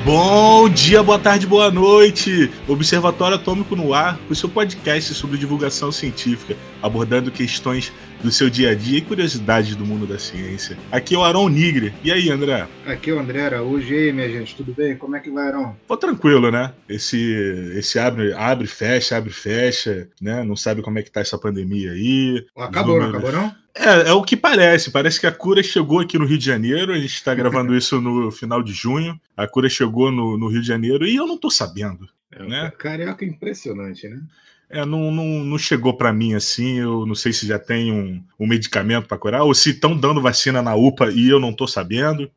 Bom dia, boa tarde, boa noite! Observatório Atômico no Ar, o seu podcast sobre divulgação científica, abordando questões do seu dia a dia e curiosidades do mundo da ciência. Aqui é o Aron Nigre. E aí, André? Aqui é o André Araújo. E aí, minha gente, tudo bem? Como é que vai, Aron? Pô, tranquilo, né? Esse abre, fecha, né? Não sabe como é que tá essa pandemia aí. Acabou, não acabou não? É o que parece. Parece que a cura chegou aqui no Rio de Janeiro. A gente está gravando isso no final de junho. A cura chegou no Rio de Janeiro e eu não tô sabendo. Né? Carioca é impressionante, né? Não chegou para mim assim. Eu não sei se já tem um medicamento para curar ou se estão dando vacina na UPA e eu não tô sabendo.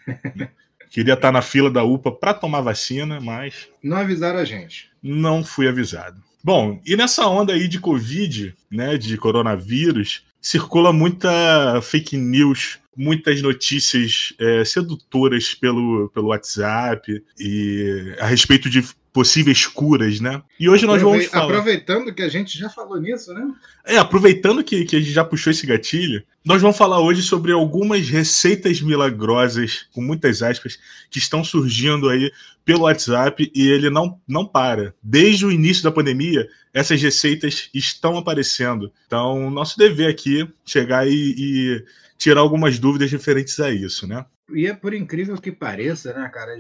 Queria estar na fila da UPA para tomar vacina, mas não avisaram a gente. Não fui avisado. Bom, e nessa onda aí de Covid, né, de coronavírus, circula muita fake news, muitas notícias sedutoras pelo WhatsApp e a respeito de possíveis curas, né? E hoje nós vamos falar... Aproveitando que a gente já falou nisso, né? Aproveitando que a gente já puxou esse gatilho, nós vamos falar hoje sobre algumas receitas milagrosas, com muitas aspas, que estão surgindo aí pelo WhatsApp e ele não para. Desde o início da pandemia, essas receitas estão aparecendo. Então, nosso dever aqui chegar e tirar algumas dúvidas referentes a isso, né? E é por incrível que pareça, né, cara?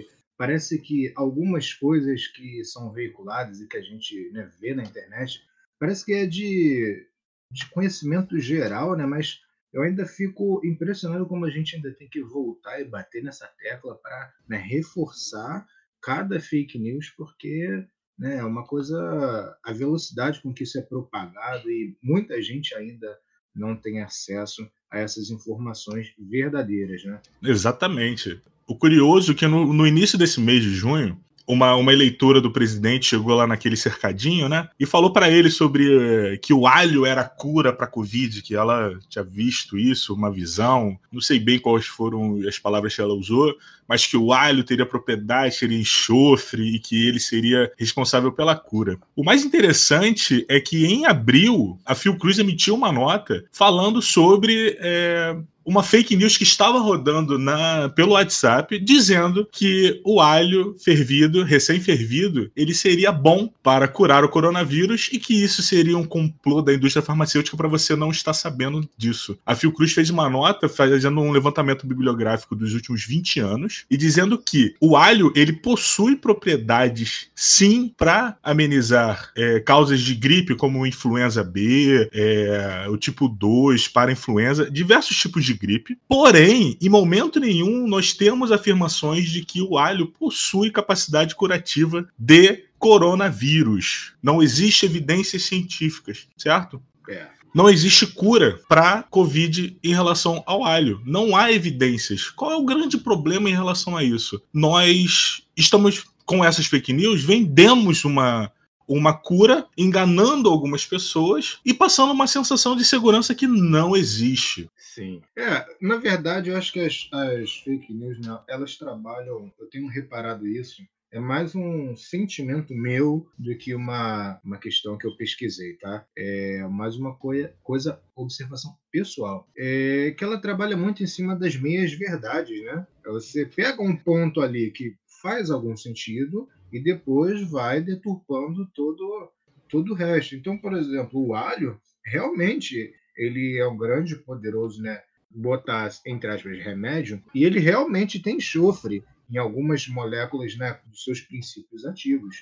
Parece que algumas coisas que são veiculadas e que a gente, né, vê na internet, parece que é de conhecimento geral, né? Mas eu ainda fico impressionado como a gente ainda tem que voltar e bater nessa tecla para, né, reforçar cada fake news, porque, né, é uma coisa, a velocidade com que isso é propagado e muita gente ainda não tem acesso a essas informações verdadeiras, né? Exatamente. O curioso é que no início desse mês de junho, uma eleitora do presidente chegou lá naquele cercadinho, né? E falou para ele sobre que o alho era a cura para a Covid, que ela tinha visto isso, uma visão. Não sei bem quais foram as palavras que ela usou, mas que o alho teria propriedade, teria enxofre e que ele seria responsável pela cura. O mais interessante é que em abril, a Fiocruz emitiu uma nota falando sobre uma fake news que estava rodando pelo WhatsApp, dizendo que o alho fervido, recém-fervido, ele seria bom para curar o coronavírus e que isso seria um complô da indústria farmacêutica para você não estar sabendo disso. A Fiocruz fez uma nota fazendo um levantamento bibliográfico dos últimos 20 anos e dizendo que o alho, ele possui propriedades, sim, para amenizar causas de gripe como influenza B, o tipo 2, para influenza, diversos tipos de gripe. Porém, em momento nenhum, nós temos afirmações de que o alho possui capacidade curativa de coronavírus. Não existe evidências científicas, certo? Não existe cura para Covid em relação ao alho. Não há evidências. Qual é o grande problema em relação a isso? Nós estamos, com essas fake news, vendemos uma cura, enganando algumas pessoas e passando uma sensação de segurança que não existe. Sim. Na verdade, eu acho que as fake news, né, elas trabalham, eu tenho reparado isso, é mais um sentimento meu do que uma questão que eu pesquisei, tá? É mais uma coisa, observação pessoal. Que ela trabalha muito em cima das meias verdades, né? Você pega um ponto ali que faz algum sentido e depois vai deturpando todo o resto. Então, por exemplo, o alho, realmente, ele é um grande, poderoso, né? Botar, entre aspas, remédio, e ele realmente tem enxofre em algumas moléculas, né, dos seus princípios ativos.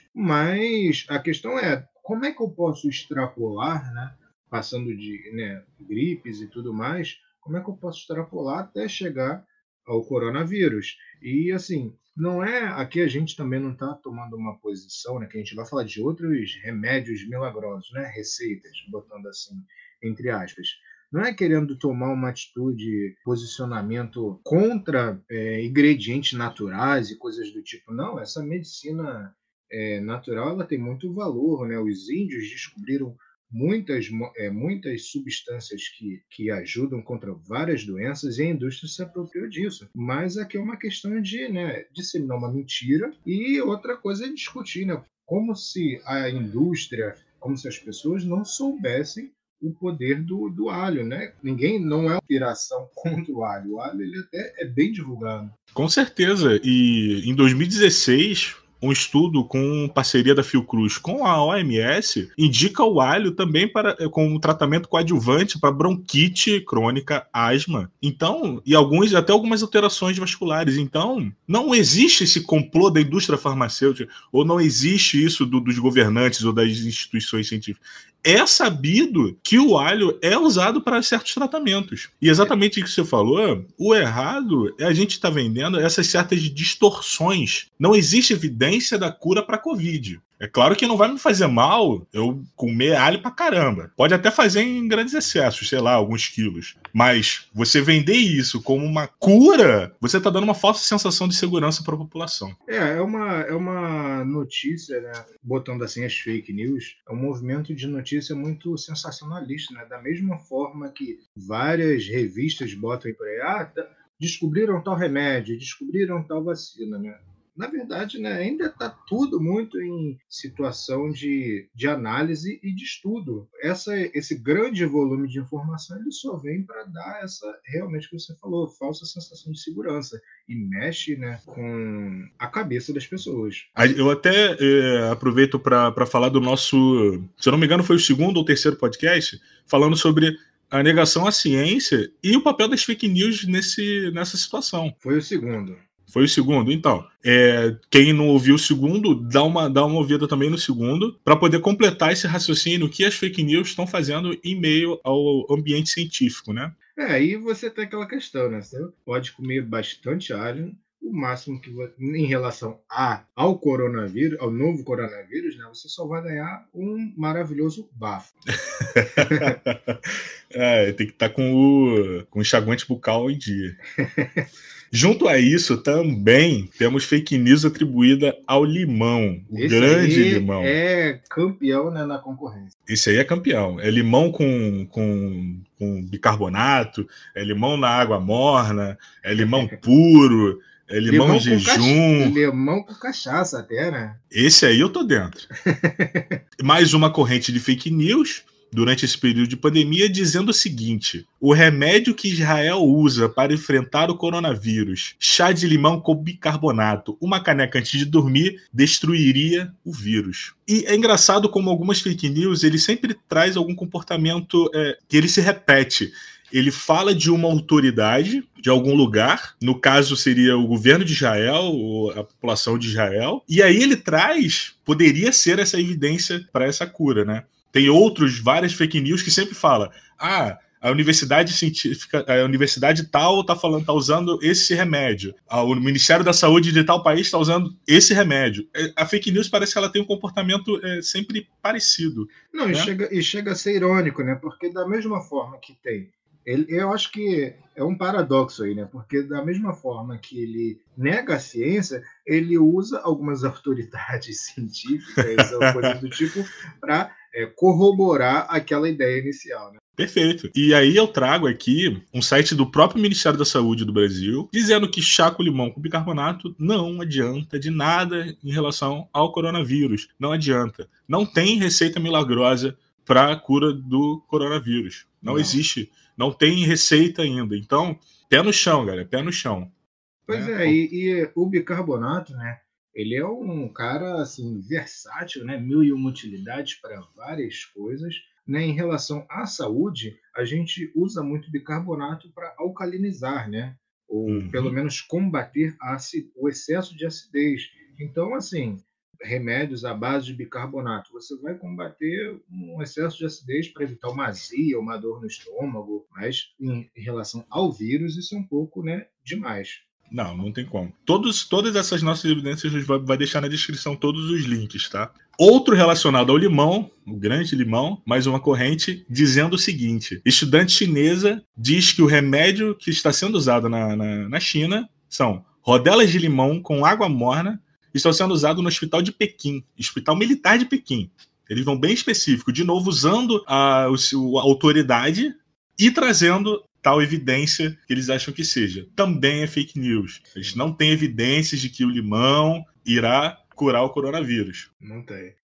Mas a questão é, como é que eu posso extrapolar, né, passando de, né, gripes e tudo mais, como é que eu posso extrapolar até chegar ao coronavírus? E, assim, não é... Aqui a gente também não está tomando uma posição, né, que a gente vai falar de outros remédios milagrosos, né, receitas, botando assim, entre aspas. Não é querendo tomar uma atitude, posicionamento contra ingredientes naturais e coisas do tipo. Não, essa medicina natural, ela tem muito valor, né? Os índios descobriram muitas substâncias que ajudam contra várias doenças e a indústria se apropriou disso. Mas aqui é uma questão de, né, disseminar uma mentira e outra coisa é discutir, né? Como se a indústria, como se as pessoas não soubessem o poder do alho, né? Ninguém não é inspiração contra o alho. O alho ele até é bem divulgado. Com certeza. E em 2016, um estudo com parceria da Fiocruz com a OMS indica o alho também como tratamento coadjuvante para bronquite crônica, asma. Então, e até algumas alterações vasculares. Então, não existe esse complô da indústria farmacêutica, ou não existe isso dos governantes ou das instituições científicas. É sabido que o alho é usado para certos tratamentos. E exatamente o que você falou, o errado é a gente estar vendendo essas certas distorções. Não existe evidência da cura para a Covid. É claro que não vai me fazer mal eu comer alho pra caramba. Pode até fazer em grandes excessos, sei lá, alguns quilos. Mas você vender isso como uma cura, você tá dando uma falsa sensação de segurança para a população. É uma notícia, né? Botando assim as fake news, é um movimento de notícia muito sensacionalista, né? Da mesma forma que várias revistas botam aí por aí, descobriram tal remédio, descobriram tal vacina, né? Na verdade, né, ainda está tudo muito em situação de análise e de estudo. Esse grande volume de informação ele só vem para dar essa, realmente, o que você falou, falsa sensação de segurança. E mexe, né, com a cabeça das pessoas. Eu até aproveito para falar do nosso, se eu não me engano, foi o segundo ou terceiro podcast, falando sobre a negação à ciência e o papel das fake news nessa situação. Foi o segundo. Foi o segundo? Então, quem não ouviu o segundo, dá uma ouvida também no segundo, para poder completar esse raciocínio que as fake news estão fazendo em meio ao ambiente científico, né? Aí você tem aquela questão, né? Você pode comer bastante alho, o máximo que em relação ao coronavírus, ao novo coronavírus, né? Você só vai ganhar um maravilhoso bafo. Tem que estar com o enxaguante bucal em dia. Junto a isso, também temos fake news atribuída ao limão, Esse grande limão. É campeão, né, na concorrência. Esse aí é campeão. É limão com bicarbonato, é limão na água morna, é limão puro, é limão em jejum. Limão com cachaça até, né? Esse aí eu tô dentro. Mais uma corrente de fake news durante esse período de pandemia, dizendo o seguinte: o remédio que Israel usa para enfrentar o coronavírus, chá de limão com bicarbonato, uma caneca antes de dormir, destruiria o vírus. E é engraçado como algumas fake news, ele sempre traz algum comportamento que ele se repete. Ele fala de uma autoridade de algum lugar, no caso seria o governo de Israel, ou a população de Israel, e aí ele poderia ser essa evidência para essa cura, né? Tem várias fake news que sempre falam: a universidade científica, a universidade tal tá usando esse remédio. O Ministério da Saúde de tal país está usando esse remédio. A fake news parece que ela tem um comportamento sempre parecido. Não, né? e chega a ser irônico, né? Porque da mesma forma que tem... eu acho que é um paradoxo aí, né? Porque da mesma forma que ele nega a ciência, ele usa algumas autoridades científicas ou coisas do tipo para corroborar aquela ideia inicial, né? Perfeito. E aí eu trago aqui um site do próprio Ministério da Saúde do Brasil, dizendo que chá com limão com bicarbonato não adianta de nada em relação ao coronavírus. Não adianta. Não tem receita milagrosa para a cura do coronavírus. Não existe. Não tem receita ainda. Então, pé no chão, galera. Pé no chão. Pois e o bicarbonato, né? Ele é um cara, assim, versátil, né? 1001 utilidades para várias coisas. Né? Em relação à saúde, a gente usa muito bicarbonato para alcalinizar, né? Ou pelo menos combater o excesso de acidez. Então, assim, remédios à base de bicarbonato, você vai combater um excesso de acidez para evitar uma azia, uma dor no estômago, mas em relação ao vírus, isso é um pouco, né, demais. Não tem como. Todas essas nossas evidências a gente vai deixar na descrição todos os links, tá? Outro relacionado ao limão, o grande limão, mais uma corrente, dizendo o seguinte: estudante chinesa diz que o remédio que está sendo usado na China são rodelas de limão com água morna, estão sendo usados no hospital de Pequim, hospital militar de Pequim. Eles vão bem específico, de novo usando a autoridade e trazendo tal evidência que eles acham que seja. Também é fake news. Eles não têm evidências de que o limão irá curar o coronavírus. Não tem.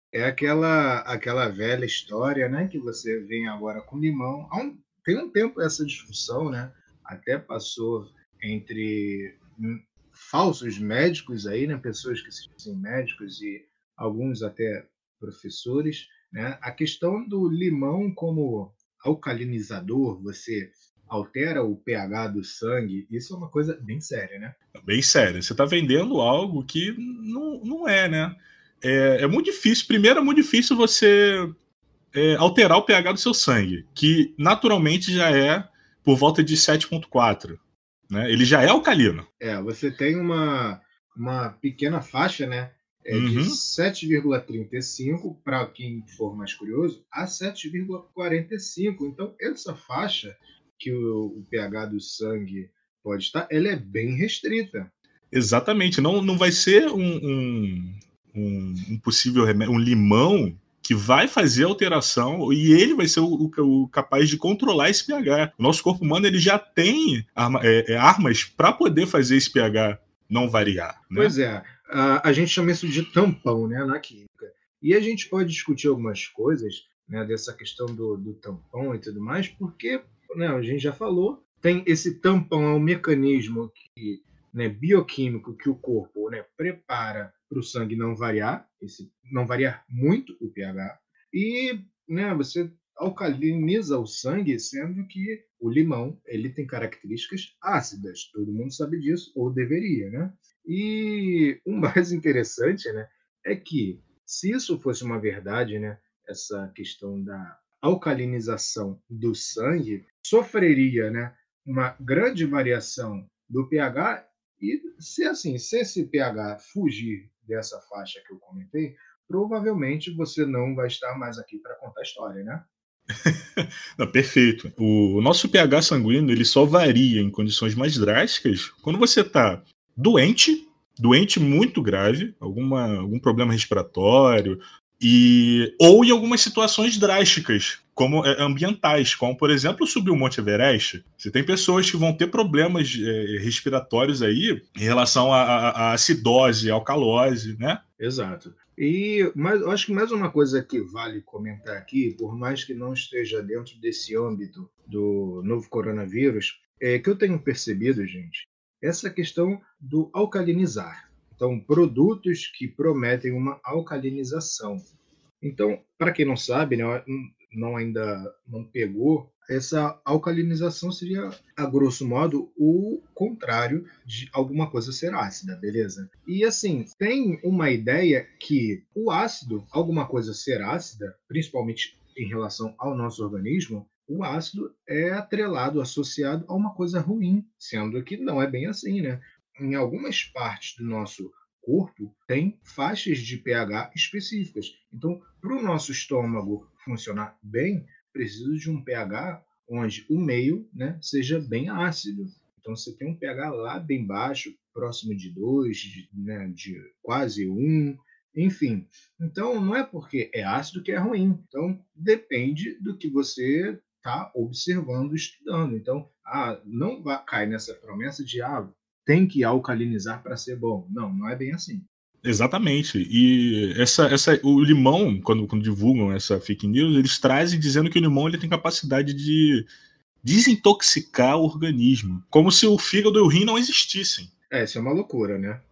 É aquela velha história, né, que você vem agora com limão. Tem um tempo essa discussão, né? Até passou entre falsos médicos aí, né, pessoas que se dizem médicos e alguns até professores, né? A questão do limão como alcalinizador, você altera o pH do sangue, isso é uma coisa bem séria, né? Bem sério. Você está vendendo algo que não é, né? É muito difícil. Primeiro, é muito difícil você alterar o pH do seu sangue, que naturalmente já é por volta de 7,4. Né? Ele já é alcalino. Você tem uma pequena faixa, né? De Uhum. 7,35 para quem for mais curioso, a 7,45. Então, essa faixa que o pH do sangue pode estar, ela é bem restrita. Exatamente. Não vai ser um possível remédio, um limão que vai fazer alteração e ele vai ser o capaz de controlar esse pH. O nosso corpo humano ele já tem armas para poder fazer esse pH não variar, né? Pois é, a gente chama isso de tampão, né, na química. E a gente pode discutir algumas coisas, né, dessa questão do tampão e tudo mais, porque, né, a gente já falou, tem esse tampão, é um mecanismo que, né, bioquímico que o corpo, né, prepara para o sangue não variar muito o pH, e, né, você alcaliniza o sangue, sendo que o limão ele tem características ácidas, todo mundo sabe disso, ou deveria, né? E o mais interessante, né, é que se isso fosse uma verdade, né, essa questão da alcalinização do sangue sofreria, né, uma grande variação do pH e se esse pH fugir dessa faixa que eu comentei, provavelmente você não vai estar mais aqui para contar a história, né? Não, perfeito. O nosso pH sanguíneo ele só varia em condições mais drásticas quando você está doente, doente muito grave, algum problema respiratório, ou em algumas situações drásticas, como ambientais, como por exemplo subir o Monte Everest. Você tem pessoas que vão ter problemas respiratórios aí em relação à acidose, alcalose, né? Exato. Eu acho que mais uma coisa que vale comentar aqui, por mais que não esteja dentro desse âmbito do novo coronavírus, é que eu tenho percebido, gente, essa questão do alcalinizar. Então, produtos que prometem uma alcalinização. Então, para quem não sabe, né, ainda não pegou, essa alcalinização seria, a grosso modo, o contrário de alguma coisa ser ácida, beleza? E assim, tem uma ideia que o ácido, alguma coisa ser ácida, principalmente em relação ao nosso organismo, o ácido é atrelado, associado a uma coisa ruim, sendo que não é bem assim, né? Em algumas partes do nosso corpo tem faixas de pH específicas. Então, para o nosso estômago funcionar bem, precisa de um pH onde o meio, né, seja bem ácido. Então, você tem um pH lá bem baixo, próximo de 2, de quase 1, enfim. Então, não é porque é ácido que é ruim. Então, depende do que você está observando, estudando. Então, não vai cair nessa promessa de tem que alcalinizar para ser bom. Não, não é bem assim. Exatamente. E o limão, quando divulgam essa fake news, eles trazem dizendo que o limão ele tem capacidade de desintoxicar o organismo. Como se o fígado e o rim não existissem. Isso é uma loucura, né?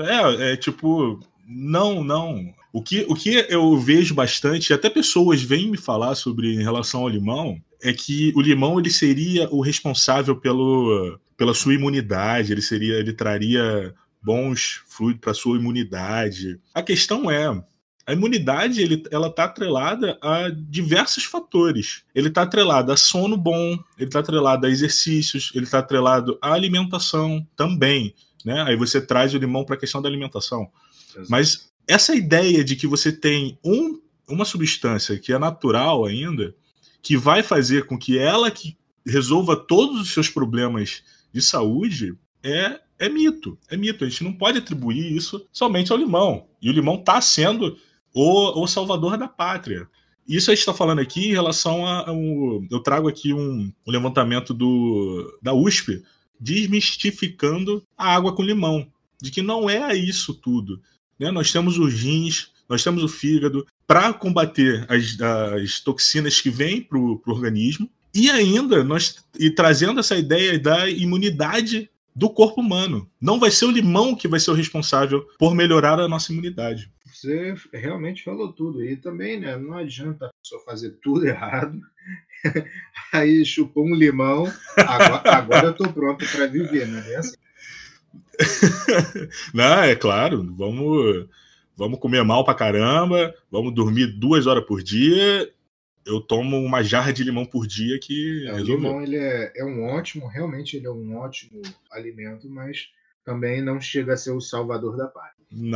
Tipo, não. O que eu vejo bastante, até pessoas vêm me falar sobre em relação ao limão, é que o limão ele seria o responsável pela sua imunidade, ele traria bons fluidos para sua imunidade. A questão é, a imunidade ela está atrelada a diversos fatores. Ele está atrelado a sono bom, ele está atrelado a exercícios, ele está atrelado à alimentação também. Né? Aí você traz o limão para a questão da alimentação. Exato. Mas essa ideia de que você tem uma substância que é natural ainda, que vai fazer com que ela que resolva todos os seus problemas de saúde, é mito. É mito. A gente não pode atribuir isso somente ao limão. E o limão está sendo o salvador da pátria. Isso a gente está falando aqui em relação eu trago aqui um levantamento da USP, desmistificando a água com limão, de que não é isso tudo. Né? Nós temos os rins, nós temos o fígado para combater as toxinas que vêm para o organismo, e ainda trazendo essa ideia da imunidade do corpo humano. Não vai ser o limão que vai ser o responsável por melhorar a nossa imunidade. Você realmente falou tudo. E também, né, não adianta a pessoa fazer tudo errado. Aí chupou um limão, agora eu tô pronto para viver, não é assim? Não, é claro, vamos comer mal pra caramba, vamos dormir 2 horas por dia. Eu tomo uma jarra de limão por dia que O resolveu. limão ele é um ótimo, realmente ele é um ótimo alimento, mas também não chega a ser o salvador da pátria.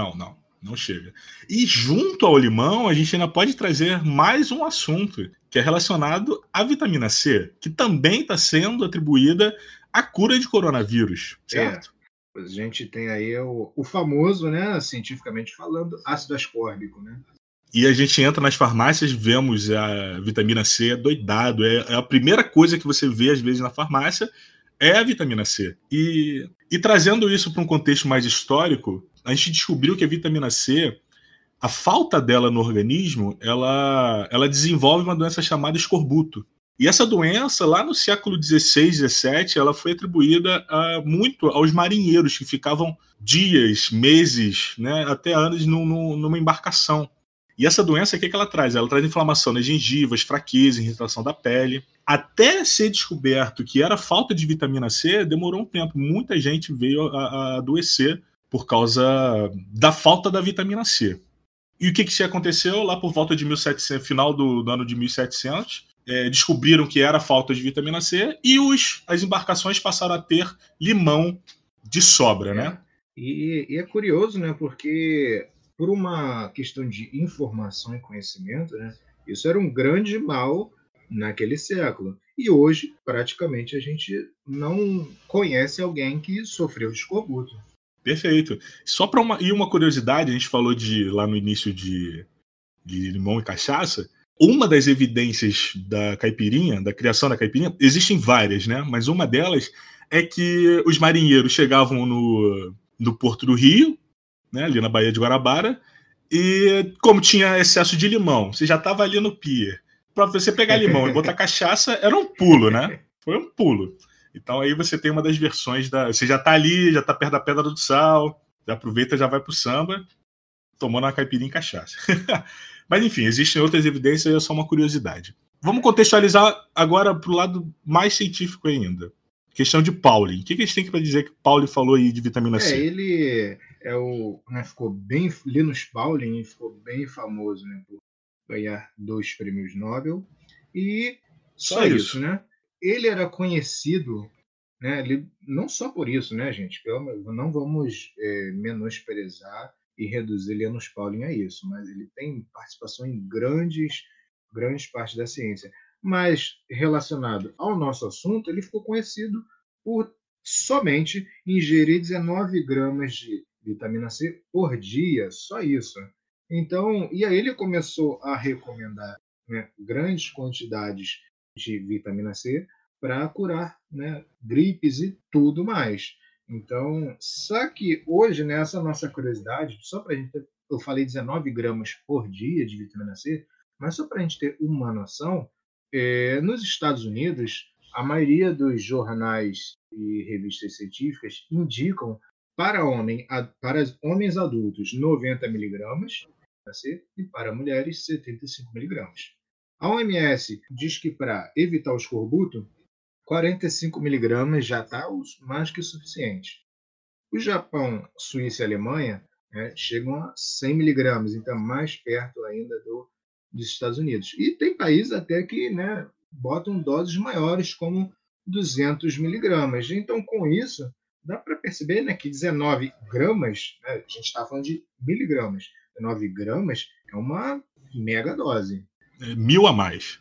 Não chega. E junto ao limão, a gente ainda pode trazer mais um assunto, que é relacionado à vitamina C, que também está sendo atribuída à cura de coronavírus, certo? A gente tem aí o famoso, né, cientificamente falando, ácido ascórbico, né? E a gente entra nas farmácias, vemos a vitamina C doidado. É a primeira coisa que você vê, às vezes, na farmácia, é a vitamina C. E trazendo isso para um contexto mais histórico, a gente descobriu que a vitamina C, a falta dela no organismo, ela desenvolve uma doença chamada escorbuto. E essa doença, lá no século XVI, XVII, ela foi atribuída muito aos marinheiros que ficavam dias, meses, né, até anos numa embarcação. E essa doença, o que ela traz? Ela traz inflamação nas gengivas, fraqueza, irritação da pele. Até ser descoberto que era falta de vitamina C, demorou um tempo. Muita gente veio a adoecer por causa da falta da vitamina C. E o que aconteceu? Lá por volta de 1700, final do ano de 1700, descobriram que era falta de vitamina C e as embarcações passaram a ter limão de sobra, né? E é curioso, né? Porque por uma questão de informação e conhecimento, né? Isso era um grande mal naquele século. E hoje, praticamente, a gente não conhece alguém que sofreu de escorbuto. Perfeito. Só para uma curiosidade, a gente falou lá no início de limão e cachaça. Uma das evidências da caipirinha, da criação da caipirinha, existem várias, né? Mas uma delas é que os marinheiros chegavam no Porto do Rio, né, ali na Baía de Guanabara, e como tinha excesso de limão, você já estava ali no pier. Para você pegar limão e botar cachaça, era um pulo, né? Foi um pulo. Então aí você tem uma das versões você já tá ali, já tá perto da Pedra do Sal, já aproveita, já vai pro samba, tomando uma caipirinha e cachaça. Mas enfim, existem outras evidências, é só uma curiosidade. Vamos contextualizar agora pro lado mais científico ainda. Questão de Pauling. O que a gente tem para dizer que Pauling falou aí de vitamina C? Ele ficou bem, Linus Pauling ficou bem famoso, né, por ganhar 2 prêmios Nobel. E só isso, né? Ele era conhecido, né? Ele, não só por isso, né, gente? Não vamos menosprezar e reduzir Linus Pauling a isso, mas ele tem participação em grandes partes da ciência. Mas relacionado ao nosso assunto, ele ficou conhecido por somente ingerir 19 gramas de vitamina C por dia, só isso. Então, e aí ele começou a recomendar, né, grandes quantidades de vitamina C para curar, né, gripes e tudo mais. Então, só que hoje, né, essa nossa curiosidade, só para a gente ter, eu falei 19 gramas por dia de vitamina C, mas só para a gente ter uma noção, nos Estados Unidos, a maioria dos jornais e revistas científicas indicam para homens adultos 90 miligramas e para mulheres 75 miligramas. A OMS diz que para evitar o escorbuto, 45 miligramas já está mais que o suficiente. O Japão, Suíça e Alemanha, né, chegam a 100 miligramas, então mais perto ainda dos Estados Unidos. E tem países até que, né, botam doses maiores, como 200 miligramas. Então, com isso, dá para perceber, né, que 19 gramas, né, a gente está falando de miligramas, 19 gramas é uma mega dose. 1000 a mais.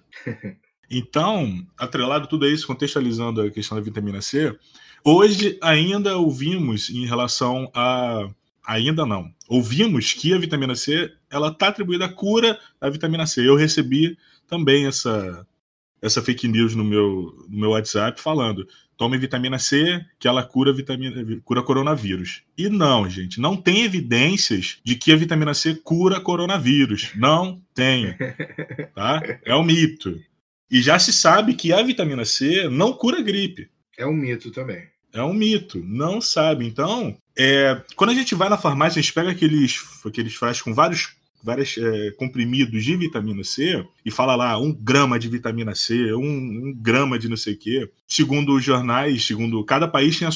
Então, atrelado tudo isso, contextualizando a questão da vitamina C, hoje ainda ouvimos em relação a... Ainda não. Ouvimos que a vitamina C ela está atribuída à cura da vitamina C. Eu recebi também essa fake news no meu WhatsApp falando tome vitamina C, que ela cura coronavírus. E não, gente, não tem evidências de que a vitamina C cura coronavírus. Não tem, tá? É um mito. E já se sabe que a vitamina C não cura gripe. É um mito também. É um mito, não sabe. Então, quando a gente vai na farmácia, a gente pega aqueles frascos com vários comprimidos de vitamina C e fala lá 1 grama de vitamina C, 1 grama de não sei o quê. Segundo os jornais, segundo cada país tem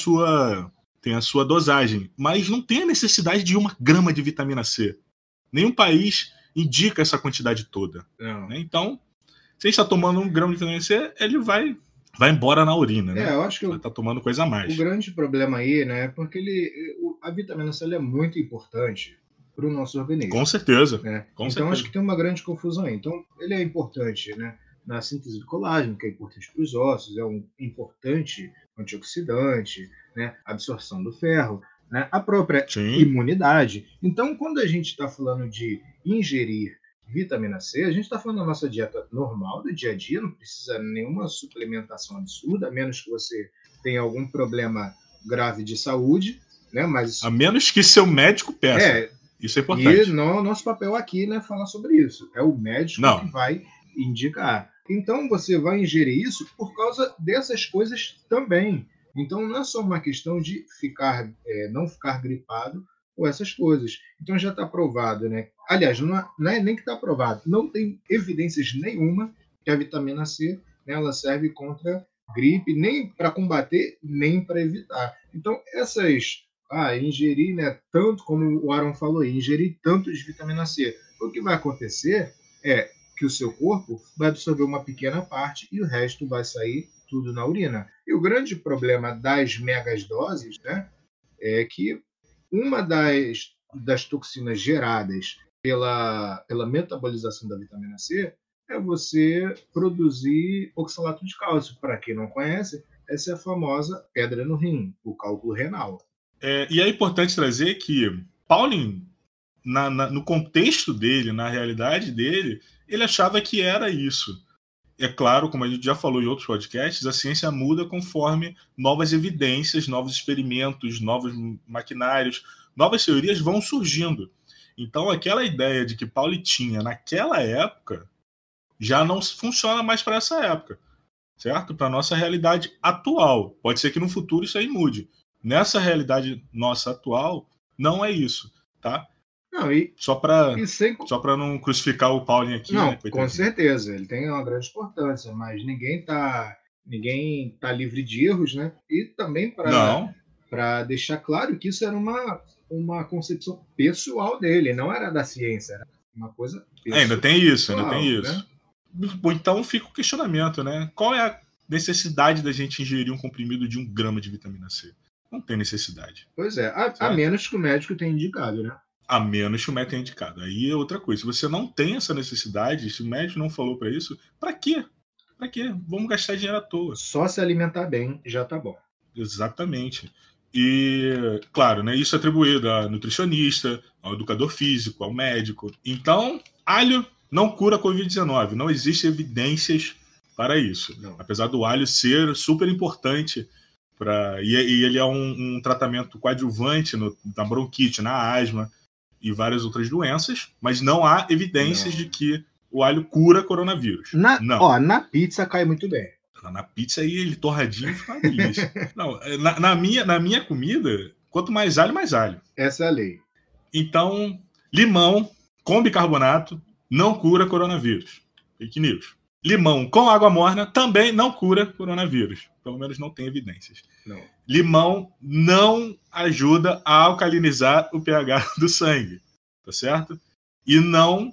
a sua dosagem, mas não tem a necessidade de 1 grama de vitamina C. Nenhum país indica essa quantidade toda. Né? Então, se a gente está tomando 1 grama de vitamina C, ele vai embora na urina, né? Eu acho que vai estar tomando coisa a mais. O grande problema aí, né, é porque a vitamina C é muito importante para o nosso organismo. Com certeza. Né? Então, acho que tem uma grande confusão aí. Então, ele é importante, né, na síntese do colágeno, que é importante para os ossos, é um importante antioxidante, né, absorção do ferro, né, a própria imunidade. Então, quando a gente está falando de ingerir vitamina C, a gente está falando da nossa dieta normal do dia a dia, não precisa nenhuma suplementação absurda, a menos que você tenha algum problema grave de saúde, né? Mas a menos que seu médico peça. Isso é importante. E nosso papel aqui, né, falar sobre isso. É o médico que vai indicar. Então você vai ingerir isso por causa dessas coisas também. Então não é só uma questão de não ficar gripado ou essas coisas. Então já está provado, né? Aliás, não é nem que está provado, não tem evidências nenhuma que a vitamina C, né, ela serve contra gripe, nem para combater, nem para evitar. Então ingerir, né, tanto como o Aaron falou, ingerir tanto de vitamina C, o que vai acontecer é que o seu corpo vai absorver uma pequena parte e o resto vai sair tudo na urina. E o grande problema das megas doses, né, é que uma das toxinas geradas pela metabolização da vitamina C é você produzir oxalato de cálcio. Para quem não conhece, essa é a famosa pedra no rim, o cálculo renal. E é importante trazer que Pauling, no contexto dele, na realidade dele, ele achava que era isso. É claro, como a gente já falou em outros podcasts, a ciência muda conforme novas evidências, novos experimentos, novos maquinários, novas teorias vão surgindo. Então, aquela ideia de que Pauling tinha naquela época já não funciona mais para essa época, certo? Para a nossa realidade atual. Pode ser que no futuro isso aí mude. Nessa realidade nossa atual, não é isso, tá? Não, só para não crucificar o Pauling aqui. Não, né, com certeza, ele tem uma grande importância, mas ninguém tá livre de erros, né? E também para deixar claro que isso era uma concepção pessoal dele, não era da ciência, era uma coisa pessoal. Ainda tem isso. Né? Então fica o questionamento, né? Qual é a necessidade da gente ingerir um comprimido de 1 grama de vitamina C? Não tem necessidade. Pois é, a menos que o médico tenha indicado, né? A menos que o médico tenha indicado. Aí é outra coisa. Se você não tem essa necessidade, se o médico não falou para isso, para quê? Para quê? Vamos gastar dinheiro à toa. Só se alimentar bem já tá bom. Exatamente. E, claro, né, isso é atribuído a nutricionista, ao educador físico, ao médico. Então, alho não cura a Covid-19. Não existem evidências para isso. Não. Apesar do alho ser super importante e ele é um tratamento coadjuvante na bronquite, na asma e várias outras doenças, mas não há evidências de que o alho cura coronavírus. Na pizza cai muito bem. Na pizza aí, ele torradinho fica uma delícia. Não, na minha comida, quanto mais alho, mais alho. Essa é a lei. Então, limão com bicarbonato não cura coronavírus. Fake news. Limão com água morna também não cura coronavírus. Pelo menos não tem evidências. Não. Limão não ajuda a alcalinizar o pH do sangue. Tá certo? E não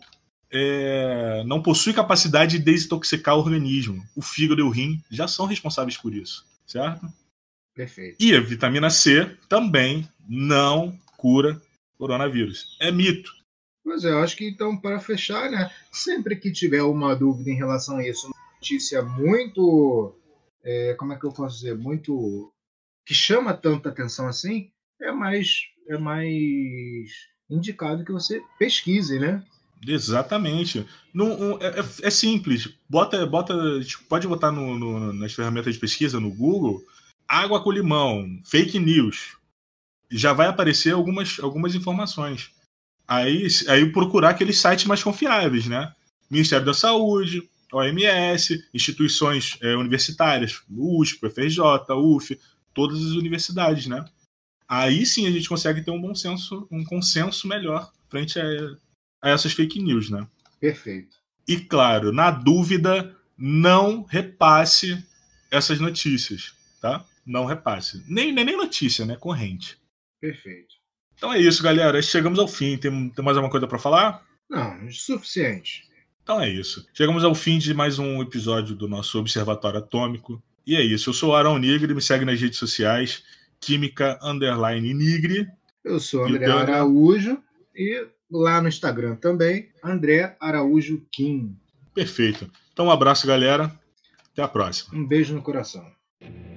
possui capacidade de desintoxicar o organismo. O fígado e o rim já são responsáveis por isso. Certo? Perfeito. E a vitamina C também não cura coronavírus. É mito. Pois é, eu acho que então, para fechar, né, sempre que tiver uma dúvida em relação a isso, uma notícia muito, como é que eu posso dizer, muito, que chama tanta atenção assim, é mais indicado que você pesquise, né? Exatamente. Não, é simples. Pode botar nas ferramentas de pesquisa no Google água com limão, fake news, já vai aparecer algumas informações. Aí procurar aqueles sites mais confiáveis, né? Ministério da Saúde, OMS, instituições universitárias, USP, FRJ, UF, todas as universidades, né? Aí sim a gente consegue ter um consenso melhor frente a essas fake news, né? Perfeito. E claro, na dúvida, não repasse essas notícias, tá? Não repasse. Nem notícia, né? Corrente. Perfeito. Então é isso, galera. Chegamos ao fim. Tem mais alguma coisa para falar? Não, suficiente. Então é isso. Chegamos ao fim de mais um episódio do nosso Observatório Atômico. E é isso. Eu sou o Arão Nigri, me segue nas redes sociais, Química_Nigri. Eu sou André Araújo e lá no Instagram também, André Araújo Kim. Perfeito. Então um abraço, galera. Até a próxima. Um beijo no coração.